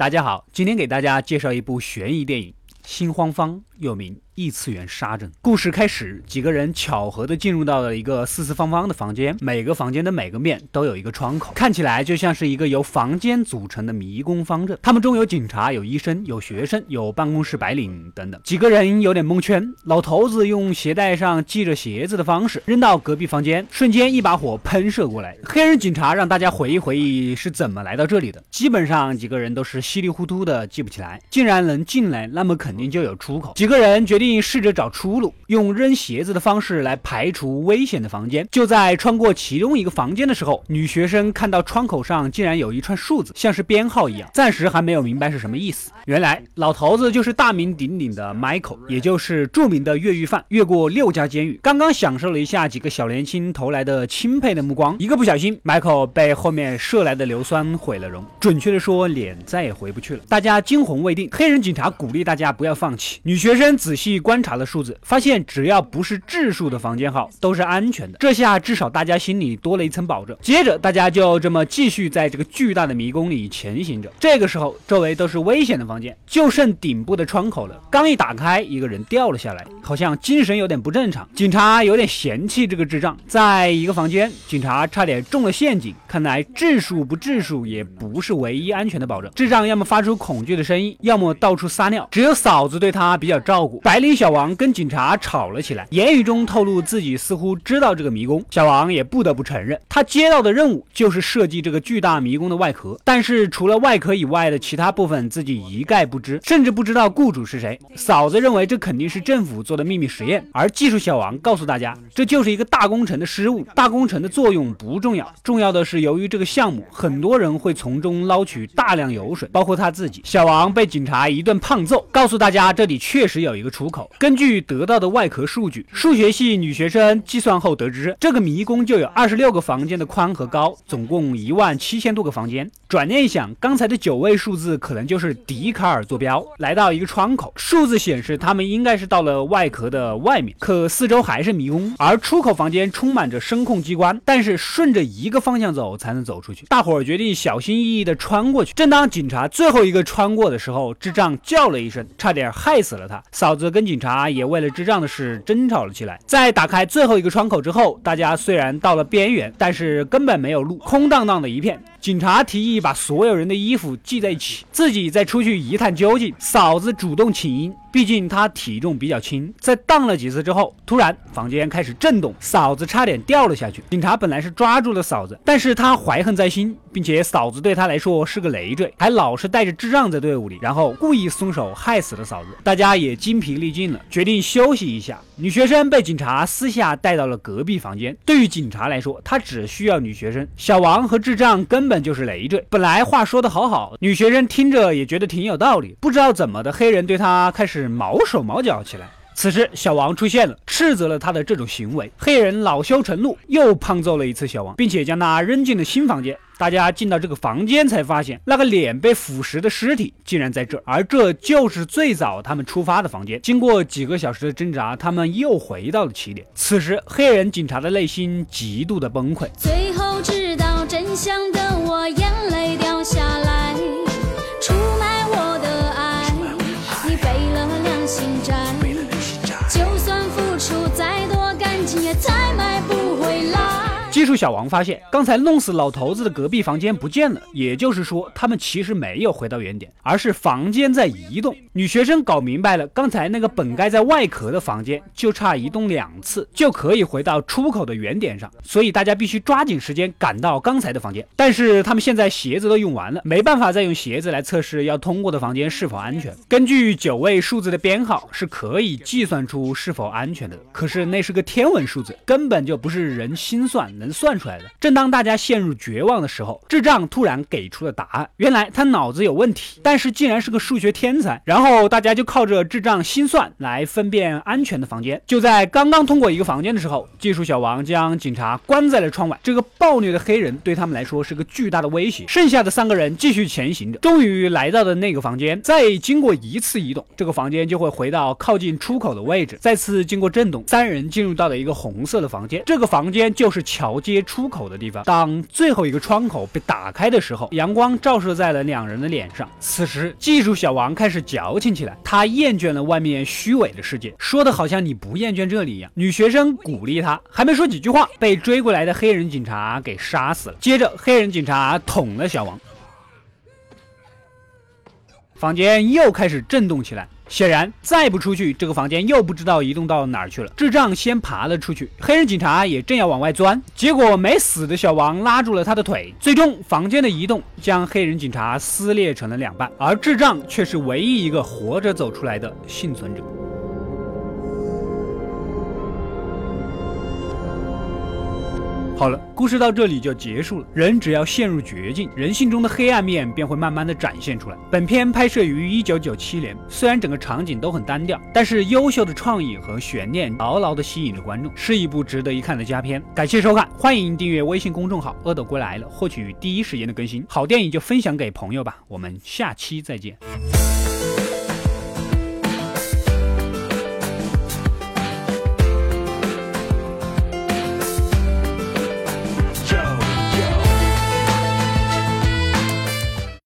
大家好，今天给大家介绍一部悬疑电影《心慌方》，又名异次元杀阵。故事开始，几个人巧合的进入到了一个四四方方的房间，每个房间的每个面都有一个窗口，看起来就像是一个由房间组成的迷宫方阵。他们中有警察，有医生，有学生，有办公室白领等等。几个人有点蒙圈，老头子用鞋带上系着鞋子的方式扔到隔壁房间，瞬间一把火喷射过来。黑人警察让大家回忆回忆是怎么来到这里的，基本上几个人都是稀里糊涂的记不起来。既然能进来，那么肯定就有出口。几个人决定试着找出路，用扔鞋子的方式来排除危险的房间。就在穿过其中一个房间的时候，女学生看到窗口上竟然有一串数字，像是编号一样，暂时还没有明白是什么意思。原来老头子就是大名鼎鼎的 Michael， 也就是著名的越狱犯，越过6家监狱。刚刚享受了一下几个小年轻投来的钦佩的目光，一个不小心 Michael 被后面射来的硫酸毁了容，准确的说脸再也回不去了。大家惊魂未定，黑人警察鼓励大家不要放弃。女学生仔细观察了数字，发现只要不是质数的房间号都是安全的，这下至少大家心里多了一层保证。接着大家就这么继续在这个巨大的迷宫里前行着。这个时候周围都是危险的房间，就剩顶部的窗口了。刚一打开，一个人掉了下来，好像精神有点不正常。警察有点嫌弃这个智障。在一个房间，警察差点中了陷阱，看来质数不质数也不是唯一安全的保证。智障要么发出恐惧的声音，要么到处撒尿，只有嫂子对他比较照顾。白领小王跟警察吵了起来，言语中透露自己似乎知道这个迷宫。小王也不得不承认，他接到的任务就是设计这个巨大迷宫的外壳，但是除了外壳以外的其他部分自己一概不知，甚至不知道雇主是谁。嫂子认为这肯定是政府做的秘密实验，而技术小王告诉大家，这就是一个大工程的失误，大工程的作用不重要，重要的是由于这个项目很多人会从中捞取大量油水，包括他自己。小王被警察一顿胖揍，告诉大家这里确实有一个出口。根据得到的外壳数据，数学系女学生计算后得知，这个迷宫就有26个房间的宽和高，总共17000多个房间。转念一想，刚才的9位数字可能就是笛卡尔坐标。来到一个窗口，数字显示他们应该是到了外壳的外面，可四周还是迷宫，而出口房间充满着声控机关，但是顺着一个方向走才能走出去。大伙儿决定小心翼翼地穿过去。正当警察最后一个穿过的时候，智障叫了一声，差点害死了他。嫂子跟警察也为了智障的事争吵了起来。在打开最后一个窗口之后，大家虽然到了边缘，但是根本没有路，空荡荡的一片。警察提议把所有人的衣服系在一起，自己再出去一探究竟。嫂子主动请缨，毕竟她体重比较轻。在荡了几次之后，突然房间开始震动，嫂子差点掉了下去。警察本来是抓住了嫂子，但是他怀恨在心，并且嫂子对他来说是个累赘，还老是带着智障在队伍里，然后故意松手害死了嫂子。大家也精疲力尽了，决定休息一下。女学生被警察私下带到了隔壁房间。对于警察来说，他只需要女学生，小王和智障根本就是累赘。本来话说得好好，女学生听着也觉得挺有道理，不知道怎么的，黑人对他开始毛手毛脚起来。此时小王出现了，斥责了他的这种行为。黑人恼羞成怒，又胖揍了一次小王，并且将他扔进了新房间。大家进到这个房间才发现，那个脸被腐蚀的尸体竟然在这儿，而这就是最早他们出发的房间。经过几个小时的挣扎，他们又回到了起点。此时黑人警察的内心极度的崩溃， 最后知道真相的我眼泪掉下来，出卖我的爱，你背了良心债，就算付出再多感情也再买不回来。 技术小王发现刚才弄死老头子的隔壁房间不见了，也就是说他们其实没有回到原点，而是房间在移动。女学生搞明白了，刚才那个本该在外壳的房间就差移动2次就可以回到出口的原点上，所以大家必须抓紧时间赶到刚才的房间。但是他们现在鞋子都用完了，没办法再用鞋子来测试要通过的房间是否安全。根据9位数字的编号是可以计算出是否安全的，可是那是个天文数字，根本就不是人心算能算出来的。正当大家陷入绝望的时候，智障突然给出了答案。原来他脑子有问题，但是竟然是个数学天才。然后大家就靠着智障心算来分辨安全的房间。就在刚刚通过一个房间的时候，技术小王将警察关在了窗外。这个暴虐的黑人对他们来说是个巨大的威胁。剩下的3个人继续前行着，终于来到了那个房间。再经过一次移动，这个房间就会回到靠近出口的位置。再次经过震动，3人进入到了一个红色的房间。这个房间就是乔金街出口的地方。当最后一个窗口被打开的时候，阳光照射在了两人的脸上。此时技术小王开始矫情起来，他厌倦了外面虚伪的世界，说的好像你不厌倦这里一样。女学生鼓励他，还没说几句话，被追过来的黑人警察给杀死了。接着黑人警察捅了小王，房间又开始震动起来。显然再不出去，这个房间又不知道移动到哪儿去了。智障先爬了出去，黑人警察也正要往外钻，结果没死的小王拉住了他的腿。最终房间的移动将黑人警察撕裂成了两半，而智障却是唯一一个活着走出来的幸存者。好了，故事到这里就结束了。人只要陷入绝境，人性中的黑暗面便会慢慢的展现出来。本片拍摄于1997年，虽然整个场景都很单调，但是优秀的创意和悬念牢牢的吸引着观众，是一部值得一看的佳片。感谢收看，欢迎订阅微信公众号“阿斗归来了”，获取第一时间的更新。好电影就分享给朋友吧，我们下期再见。